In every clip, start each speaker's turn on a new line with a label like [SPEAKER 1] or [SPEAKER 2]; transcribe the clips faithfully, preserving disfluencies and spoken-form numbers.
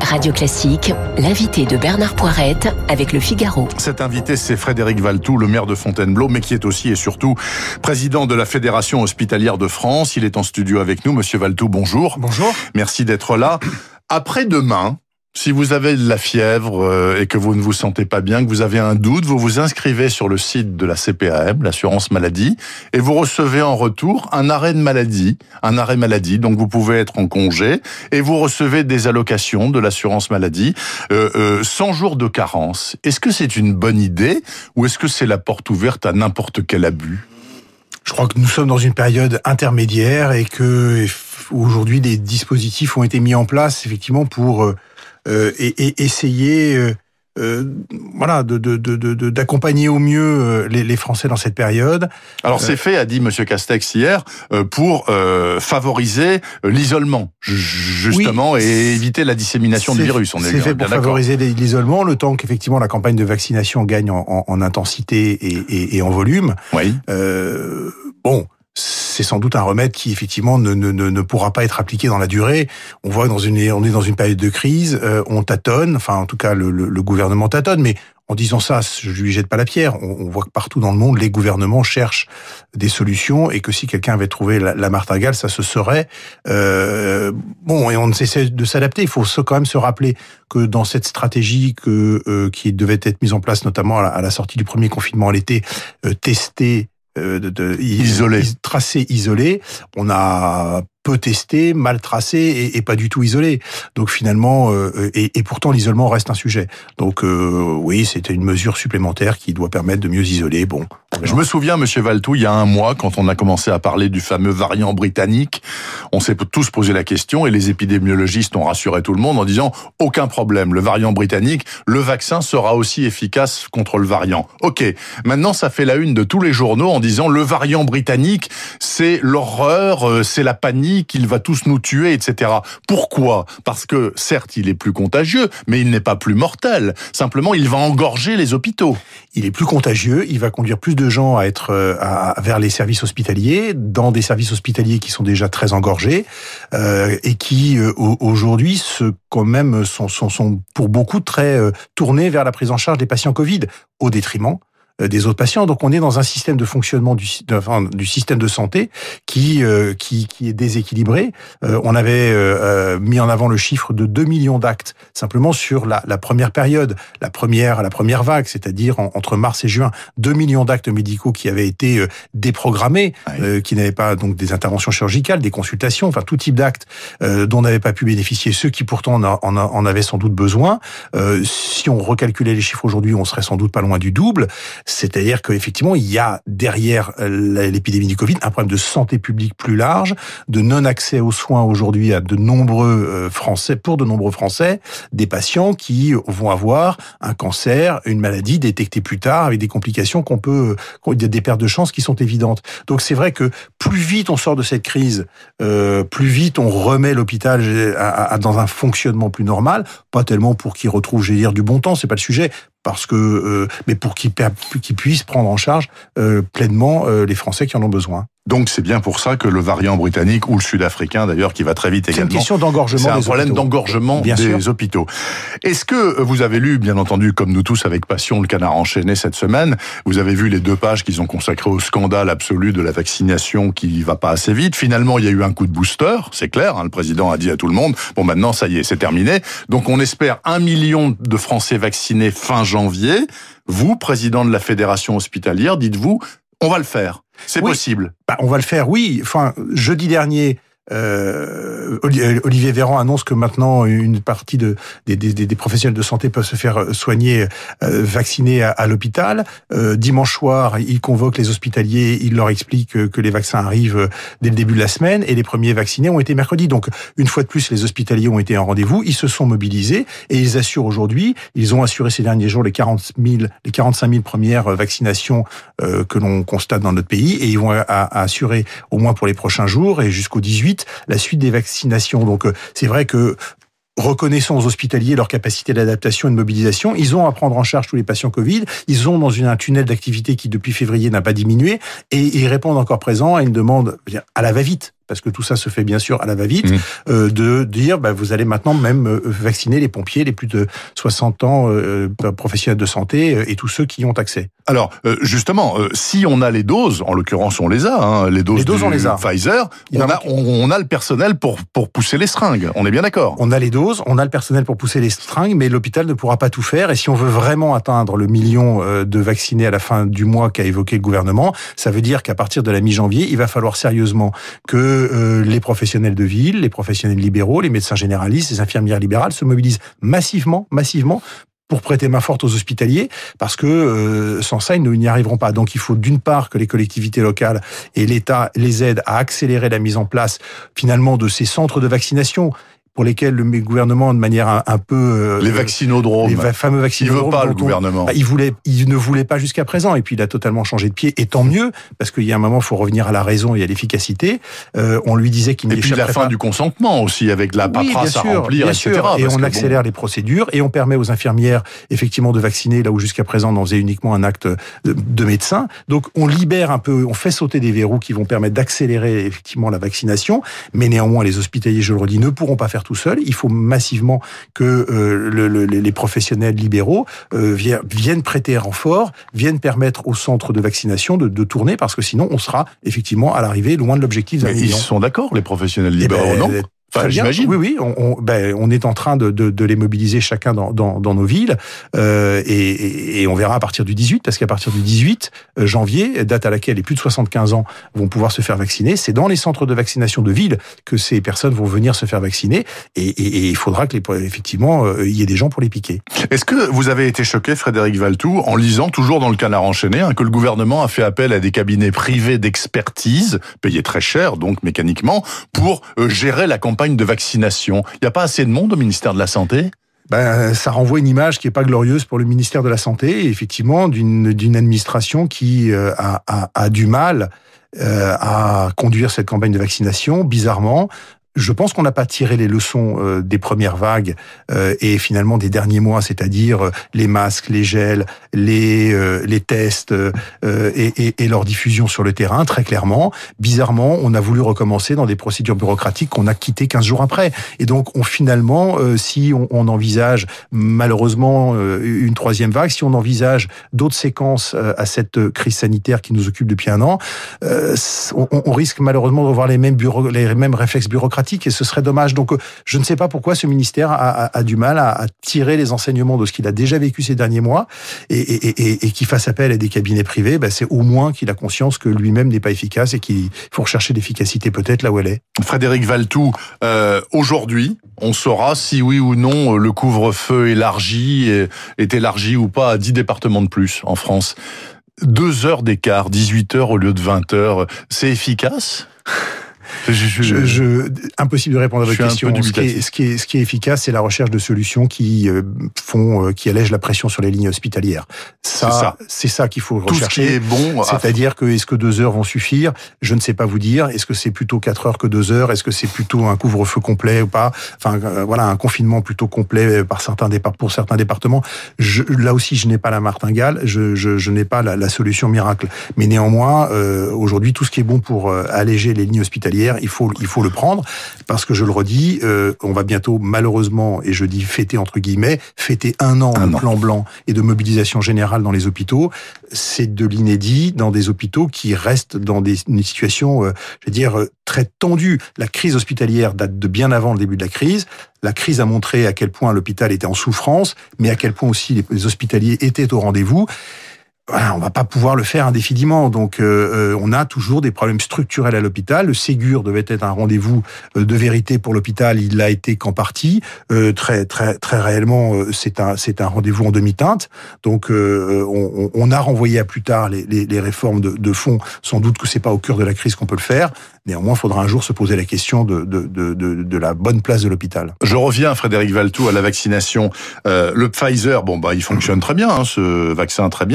[SPEAKER 1] Radio Classique, l'invité de Bernard Poirette avec Le Figaro.
[SPEAKER 2] Cet invité, c'est Frédéric Valletoux, le maire de Fontainebleau, mais qui est aussi et surtout président de la Fédération hospitalière de France. Il est en studio avec nous. Monsieur Valletoux, bonjour.
[SPEAKER 3] Bonjour.
[SPEAKER 2] Merci d'être là. Après-demain, si vous avez de la fièvre euh, et que vous ne vous sentez pas bien, que vous avez un doute, vous vous inscrivez sur le site de la C P A M, l'assurance maladie, et vous recevez en retour un arrêt de maladie, un arrêt maladie, donc vous pouvez être en congé, et vous recevez des allocations de l'assurance maladie, euh, euh, cent jours de carence. Est-ce que c'est une bonne idée, ou est-ce que c'est la porte ouverte à n'importe quel abus ?
[SPEAKER 3] Je crois que nous sommes dans une période intermédiaire et que aujourd'hui des dispositifs ont été mis en place effectivement pour euh, euh, et, et essayer euh, euh, voilà de, de, de, de, d'accompagner au mieux les, les Français dans cette période.
[SPEAKER 2] Alors c'est euh, fait, a dit Monsieur Castex hier, euh, pour euh, favoriser l'isolement justement oui, et éviter la dissémination du virus.
[SPEAKER 3] On est, c'est fait pour favoriser l'isolement, le temps qu'effectivement la campagne de vaccination gagne en, en, en intensité et, et, et en volume.
[SPEAKER 2] Oui.
[SPEAKER 3] Euh, bon. C'est sans doute un remède qui effectivement ne, ne, ne pourra pas être appliqué dans la durée. On voit que dans une, on est dans une période de crise, euh, on tâtonne, enfin en tout cas le, le, le gouvernement tâtonne, mais en disant ça, je lui jette pas la pierre. On, on voit que partout dans le monde, les gouvernements cherchent des solutions et que si quelqu'un avait trouvé la, la martingale, ça se serait. Euh, bon, et on ne cesse de s'adapter. Il faut quand même se rappeler que dans cette stratégie que euh, qui devait être mise en place, notamment à la, à la sortie du premier confinement à l'été, euh, tester De, de, de
[SPEAKER 2] isolé,
[SPEAKER 3] is, tracé, isolé. On a peu testé, mal tracé et, et pas du tout isolé. Donc finalement, euh, et, et pourtant l'isolement reste un sujet. Donc euh, oui, c'était une mesure supplémentaire qui doit permettre de mieux isoler. Bon.
[SPEAKER 2] Je me souviens, Monsieur Valletoux, il y a un mois, quand on a commencé à parler du fameux variant britannique, on s'est tous posé la question et les épidémiologistes ont rassuré tout le monde en disant aucun problème, le variant britannique, le vaccin sera aussi efficace contre le variant. Ok, maintenant ça fait la une de tous les journaux en disant le variant britannique, c'est l'horreur, c'est la panique, il va tous nous tuer, et cetera. Pourquoi ? Parce que certes, il est plus contagieux, mais il n'est pas plus mortel. Simplement, il va engorger les hôpitaux.
[SPEAKER 3] Il est plus contagieux, il va conduire plus de gens à être à, vers les services hospitaliers, dans des services hospitaliers qui sont déjà très engorgés euh, et qui euh, aujourd'hui se quand même sont, sont, sont pour beaucoup très euh, tournés vers la prise en charge des patients Covid au détriment des autres patients. Donc on est dans un système de fonctionnement du, de, enfin, du système de santé qui euh, qui, qui est déséquilibré. Euh, on avait euh, mis en avant le chiffre de deux millions d'actes simplement sur la, la première période, la première la première vague, c'est-à-dire en, entre mars et juin, deux millions d'actes médicaux qui avaient été euh, déprogrammés, oui. euh, qui n'avaient pas donc des interventions chirurgicales, des consultations, enfin tout type d'actes euh, dont n'avaient pas pu bénéficier ceux qui pourtant en, en, en avaient sans doute besoin. Euh, si on recalculait les chiffres aujourd'hui, on serait sans doute pas loin du double. C'est-à-dire qu'effectivement, il y a derrière l'épidémie du Covid un problème de santé publique plus large, de non-accès aux soins aujourd'hui à de nombreux Français, pour de nombreux Français, des patients qui vont avoir un cancer, une maladie détectée plus tard avec des complications qu'on peut, des pertes de chance qui sont évidentes. Donc c'est vrai que plus vite on sort de cette crise, euh, plus vite on remet l'hôpital à, à, dans un fonctionnement plus normal, pas tellement pour qu'il retrouve, j'allais dire, du bon temps, c'est pas le sujet, parce que, euh, mais pour qu'ils, qu'ils puissent prendre en charge euh, pleinement euh, les Français qui en ont besoin.
[SPEAKER 2] Donc c'est bien pour ça que le variant britannique ou le sud-africain d'ailleurs qui va très vite également.
[SPEAKER 3] C'est une question d'engorgement.
[SPEAKER 2] C'est un
[SPEAKER 3] des
[SPEAKER 2] problème
[SPEAKER 3] hôpitaux.
[SPEAKER 2] d'engorgement bien des sûr. hôpitaux. Est-ce que vous avez lu, bien entendu, comme nous tous avec passion, le Canard enchaîné cette semaine ? Vous avez vu les deux pages qu'ils ont consacrées au scandale absolu de la vaccination qui va pas assez vite. Finalement, il y a eu un coup de booster, c'est clair. Hein, le président a dit à tout le monde bon maintenant ça y est, c'est terminé. Donc on espère un million de Français vaccinés fin janvier. Vous, président de la Fédération hospitalière, dites-vous on va le faire. C'est
[SPEAKER 3] oui.
[SPEAKER 2] possible.
[SPEAKER 3] Bah, on va le faire, oui. Enfin, jeudi dernier, euh, Olivier Véran annonce que maintenant une partie de, des, des, des professionnels de santé peuvent se faire soigner, euh, vacciner à, à l'hôpital. Euh, dimanche soir, il convoque les hospitaliers, il leur explique que, que les vaccins arrivent dès le début de la semaine et les premiers vaccinés ont été mercredi. Donc, une fois de plus, les hospitaliers ont été en rendez-vous, ils se sont mobilisés et ils assurent aujourd'hui, ils ont assuré ces derniers jours les quarante mille, les quarante-cinq mille premières vaccinations euh, que l'on constate dans notre pays et ils vont à, à assurer au moins pour les prochains jours et jusqu'au dix-huit la suite des vaccinations. Donc c'est vrai que reconnaissons aux hospitaliers leur capacité d'adaptation et de mobilisation. Ils ont à prendre en charge tous les patients Covid. Ils ont dans une, un tunnel d'activité qui, depuis février, n'a pas diminué. Et ils répondent encore présent à une demande à la va-vite. parce que tout ça se fait bien sûr à la va-vite,
[SPEAKER 2] Mmh.
[SPEAKER 3] euh, de dire bah, vous allez maintenant même euh, vacciner les pompiers, les plus de soixante ans, euh, professionnels de santé euh, et tous ceux qui y ont accès.
[SPEAKER 2] Alors, euh, justement, euh, si on a les doses, en l'occurrence on les a, hein, les doses,
[SPEAKER 3] Les doses,
[SPEAKER 2] du
[SPEAKER 3] on les a.
[SPEAKER 2] Pfizer,
[SPEAKER 3] Il
[SPEAKER 2] on
[SPEAKER 3] va
[SPEAKER 2] a, on, on a le personnel pour, pour pousser les seringues, on est bien d'accord.
[SPEAKER 3] On a les doses, on a le personnel pour pousser les seringues, mais l'hôpital ne pourra pas tout faire. Et si on veut vraiment atteindre le million de vaccinés à la fin du mois qu'a évoqué le gouvernement, ça veut dire qu'à partir de la mi-janvier, il va falloir sérieusement que euh, les professionnels de ville, les professionnels libéraux, les médecins généralistes, les infirmières libérales se mobilisent massivement, massivement pour prêter main forte aux hospitaliers, parce que euh, sans ça, ils n'y arriveront pas. Donc il faut d'une part que les collectivités locales et l'État les aident à accélérer la mise en place finalement de ces centres de vaccination pour lesquels le gouvernement, de manière un, un peu... Euh,
[SPEAKER 2] les vaccinodromes.
[SPEAKER 3] Les va- fameux
[SPEAKER 2] Il
[SPEAKER 3] vaccinodromes.
[SPEAKER 2] veut pas, le
[SPEAKER 3] dont on-
[SPEAKER 2] gouvernement.
[SPEAKER 3] bah, il, voulait, il ne voulait pas jusqu'à présent, et puis il a totalement changé de pied, et tant mieux, parce qu'il y a un moment, il faut revenir à la raison et à l'efficacité. Euh, on lui disait qu'il
[SPEAKER 2] Et
[SPEAKER 3] n'y
[SPEAKER 2] puis la
[SPEAKER 3] échapperait
[SPEAKER 2] fin
[SPEAKER 3] pas.
[SPEAKER 2] du consentement aussi, avec la
[SPEAKER 3] Oui,
[SPEAKER 2] paperasse
[SPEAKER 3] bien
[SPEAKER 2] à
[SPEAKER 3] sûr,
[SPEAKER 2] remplir,
[SPEAKER 3] bien
[SPEAKER 2] et cetera.
[SPEAKER 3] sûr. Et
[SPEAKER 2] parce
[SPEAKER 3] on
[SPEAKER 2] que
[SPEAKER 3] accélère les procédures et on permet aux infirmières effectivement de vacciner là où jusqu'à présent on en faisait uniquement un acte de, de médecin. Donc on libère un peu, on fait sauter des verrous qui vont permettre d'accélérer effectivement la vaccination. Mais néanmoins, les hospitaliers, je le redis, ne pourront pas faire tout seuls. Il faut massivement que euh, le, le, les professionnels libéraux euh, viennent prêter renfort, viennent permettre aux centres de vaccination de, de tourner, parce que sinon on sera effectivement à l'arrivée loin de l'objectif d'un
[SPEAKER 2] Mais ils
[SPEAKER 3] million.
[SPEAKER 2] sont d'accord, les professionnels
[SPEAKER 3] Eh
[SPEAKER 2] libéraux,
[SPEAKER 3] ben,
[SPEAKER 2] non?
[SPEAKER 3] Très
[SPEAKER 2] Enfin,
[SPEAKER 3] bien.
[SPEAKER 2] j'imagine.
[SPEAKER 3] Oui, oui, on, on, ben, on est en train de, de, de les mobiliser chacun dans, dans, dans nos villes, euh, et, et, et on verra à partir du dix-huit, parce qu'à partir du dix-huit janvier, date à laquelle les plus de soixante-quinze ans vont pouvoir se faire vacciner, c'est dans les centres de vaccination de ville que ces personnes vont venir se faire vacciner, et, et, et il faudra que les, effectivement euh, il y ait des gens pour les piquer.
[SPEAKER 2] Est-ce que vous avez été choqué, Frédéric Valletoux, en lisant toujours dans le Canard enchaîné hein, que le gouvernement a fait appel à des cabinets privés d'expertise, payés très cher donc mécaniquement, pour euh, gérer la campagne de vaccination? Il n'y a pas assez de monde au ministère de la Santé?
[SPEAKER 3] Ben, ça renvoie une image qui est pas glorieuse pour le ministère de la Santé, et effectivement, d'une, d'une administration qui euh, a, a, a du mal euh, à conduire cette campagne de vaccination, bizarrement. Je pense qu'on n'a pas tiré les leçons euh, des premières vagues euh, et finalement des derniers mois, c'est-à-dire euh, les masques, les gels, les euh, les tests euh, et, et, et leur diffusion sur le terrain, très clairement. Bizarrement, on a voulu recommencer dans des procédures bureaucratiques qu'on a quittées quinze jours après. Et donc, on finalement, euh, si on, on envisage malheureusement euh, une troisième vague, si on envisage d'autres séquences euh, à cette crise sanitaire qui nous occupe depuis un an, euh, on, on risque malheureusement de revoir les mêmes bureaux, les mêmes réflexes bureaucratiques. Et ce serait dommage. Donc, je ne sais pas pourquoi ce ministère a, a, a du mal à, à tirer les enseignements de ce qu'il a déjà vécu ces derniers mois, et, et, et, et qu'il fasse appel à des cabinets privés. Ben, c'est au moins qu'il a conscience que lui-même n'est pas efficace et qu'il faut rechercher l'efficacité peut-être là où elle est.
[SPEAKER 2] Frédéric Valletoux, euh, aujourd'hui, on saura si oui ou non le couvre-feu élargi est élargi ou pas à dix départements de plus en France. Deux heures d'écart, dix-huit heures au lieu de vingt heures, c'est efficace ?
[SPEAKER 3] Je, je, je, impossible de répondre à votre question. Ce qui, est, ce, qui est, ce qui est efficace, c'est la recherche de solutions qui euh, font, euh, qui allègent la pression sur les lignes hospitalières. Ça, c'est ça, c'est ça qu'il faut
[SPEAKER 2] Tout
[SPEAKER 3] rechercher.
[SPEAKER 2] Ce qui est bon.
[SPEAKER 3] C'est-à-dire que est-ce que deux heures vont suffire? Je ne sais pas vous dire. Est-ce que c'est plutôt quatre heures que deux heures? Est-ce que c'est plutôt un couvre-feu complet ou pas? Enfin, euh, voilà, un confinement plutôt complet par certains départ, pour certains départements. Je, là aussi, je n'ai pas la martingale. Je, je, je n'ai pas la, la solution miracle. Mais néanmoins, euh, aujourd'hui, tout ce qui est bon pour euh, alléger les lignes hospitalières, il faut, il faut le prendre, parce que je le redis, euh, on va bientôt malheureusement, et je dis fêter entre guillemets, fêter un an un de an. plan blanc et de mobilisation générale dans les hôpitaux. C'est de l'inédit dans des hôpitaux qui restent dans des une situation, euh, je veux dire, très tendue. La crise hospitalière date de bien avant le début de la crise. La crise a montré à quel point l'hôpital était en souffrance, mais à quel point aussi les, les hospitaliers étaient au rendez-vous. Voilà, on va pas pouvoir le faire indéfiniment. Donc, euh, on a toujours des problèmes structurels à l'hôpital. Le Ségur devait être un rendez-vous de vérité pour l'hôpital. Il l'a été qu'en partie. Euh, très, très, très réellement, c'est un, c'est un rendez-vous en demi-teinte. Donc, euh, on, on a renvoyé à plus tard les, les, les réformes de, de fond. Sans doute que c'est pas au cœur de la crise qu'on peut le faire. Néanmoins, il faudra un jour se poser la question de, de, de, de, de la bonne place de l'hôpital.
[SPEAKER 2] Je reviens, Frédéric Valletoux, à la vaccination. Euh, le Pfizer, bon, bah, il fonctionne très bien, hein, ce vaccin très bien, même si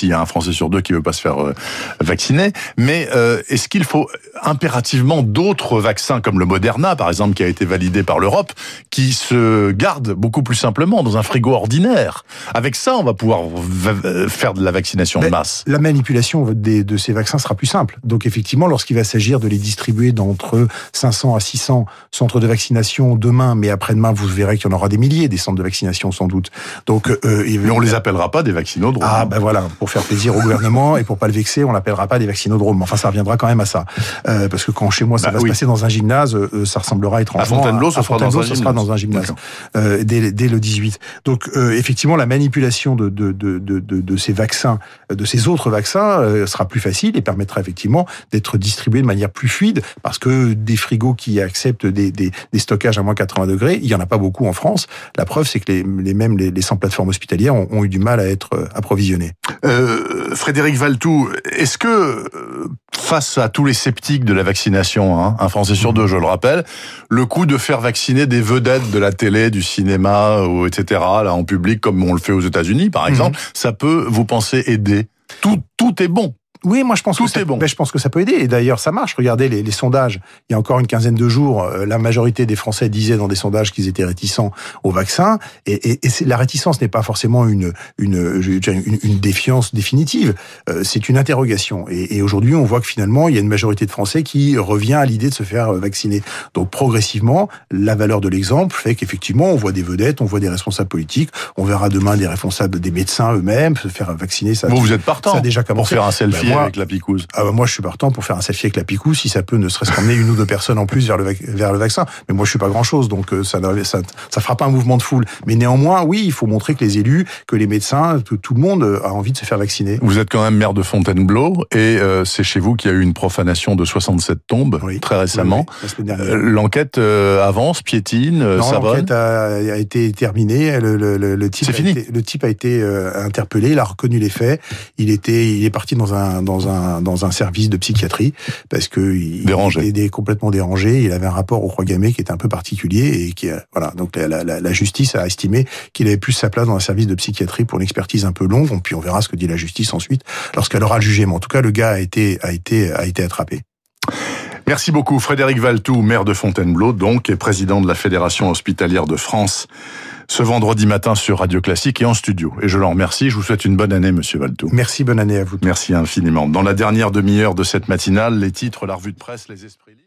[SPEAKER 2] s'il y a un Français sur deux qui veut pas se faire euh, vacciner. Mais euh, est-ce qu'il faut impérativement d'autres vaccins comme le Moderna, par exemple, qui a été validé par l'Europe, qui se gardent beaucoup plus simplement dans un frigo ordinaire? Avec ça, on va pouvoir v- faire de la vaccination de masse.
[SPEAKER 3] La manipulation des, de ces vaccins sera plus simple. Donc effectivement, lorsqu'il va s'agir de les distribuer d'entre cinq cents à six cents centres de vaccination demain, mais après-demain, vous verrez qu'il y en aura des milliers, des centres de vaccination sans doute. Donc, euh,
[SPEAKER 2] mais on les appellera pas des vaccinodromes.
[SPEAKER 3] Ah ben voilà, pour faire plaisir au gouvernement et pour pas le vexer, on l'appellera pas des vaccinodromes. Enfin, ça reviendra quand même à ça, euh, parce que quand chez moi ça bah, va oui. se passer dans un gymnase, euh, ça ressemblera étrangement
[SPEAKER 2] à Fontainebleau, ce sera,
[SPEAKER 3] ce sera dans un gymnase euh, dès, dès le dix-huit. Donc euh, effectivement, la manipulation de, de, de, de, de, de ces vaccins, de ces autres vaccins, euh, sera plus facile et permettra effectivement d'être distribués de manière plus fluide, parce que des frigos qui acceptent des, des, des stockages à moins quatre-vingts degrés, il y en a pas beaucoup en France. La preuve, c'est que les, les mêmes les, les cent plateformes hospitalières ont, ont eu du mal à être euh, approvisionnées.
[SPEAKER 2] Euh, Frédéric Valletoux, est-ce que face à tous les sceptiques de la vaccination, hein, un Français sur deux, je le rappelle, le coup de faire vacciner des vedettes de la télé, du cinéma, ou et cetera, là en public, comme on le fait aux États-Unis, par exemple, mmh. ça peut, vous pensez, aider? Tout, tout est bon.
[SPEAKER 3] Oui, moi je pense
[SPEAKER 2] Tout
[SPEAKER 3] que ça,
[SPEAKER 2] est bon.
[SPEAKER 3] Ben, je pense que ça peut aider. Et d'ailleurs, ça marche. Regardez les, les sondages. Il y a encore une quinzaine de jours, euh, la majorité des Français disaient dans des sondages qu'ils étaient réticents au vaccin. Et, et, et c'est, la réticence n'est pas forcément une, une, je dirais une, une défiance définitive. Euh, c'est une interrogation. Et, et aujourd'hui, on voit que finalement, il y a une majorité de Français qui revient à l'idée de se faire vacciner. Donc progressivement, la valeur de l'exemple fait qu'effectivement, on voit des vedettes, on voit des responsables politiques. On verra demain des responsables, des médecins eux-mêmes se faire vacciner. Ça,
[SPEAKER 2] vous, vous êtes partant
[SPEAKER 3] ça a déjà commencé.
[SPEAKER 2] Pour faire un selfie
[SPEAKER 3] ben, moi,
[SPEAKER 2] avec la picouse.
[SPEAKER 3] Ah bah moi, je suis partant pour faire un selfie avec la picouse, si ça peut ne serait-ce qu'emmener une ou deux personnes en plus vers le, vac- vers le vaccin. Mais moi, je suis pas grand-chose, donc ça, ça, ça fera pas un mouvement de foule. Mais néanmoins, oui, il faut montrer que les élus, que les médecins, tout, tout le monde a envie de se faire vacciner.
[SPEAKER 2] Vous êtes quand même maire de Fontainebleau, et euh, c'est chez vous qu'il y a eu une profanation de soixante-sept tombes, oui, très récemment. Oui, oui, la semaine dernière. Euh, l'enquête euh, avance, piétine,
[SPEAKER 3] non,
[SPEAKER 2] ça va.
[SPEAKER 3] L'enquête a, a été terminée. Le, le, le, le type
[SPEAKER 2] c'est
[SPEAKER 3] a
[SPEAKER 2] fini.
[SPEAKER 3] Été, le type a été euh, interpellé, il a reconnu les faits. Il était, il est parti dans un, dans un, dans un service de psychiatrie parce que il
[SPEAKER 2] dérangé.
[SPEAKER 3] était complètement dérangé. Il avait un rapport au Croix-Gammée qui était un peu particulier et qui, voilà. Donc la, la, la justice a estimé qu'il avait plus sa place dans un service de psychiatrie pour une expertise un peu longue. Puis on verra ce que dit la justice ensuite lorsqu'elle aura le jugé. Mais en tout cas, le gars a été, a été, a été attrapé.
[SPEAKER 2] Merci beaucoup, Frédéric Valletoux, maire de Fontainebleau, donc, et président de la Fédération hospitalière de France, ce vendredi matin sur Radio Classique et en studio. Et je l'en remercie. Je vous souhaite une bonne année, monsieur Valletoux.
[SPEAKER 3] Merci, bonne année à vous.
[SPEAKER 2] Merci infiniment. Dans la dernière demi-heure de cette matinale, les titres, la revue de presse, les esprits libres.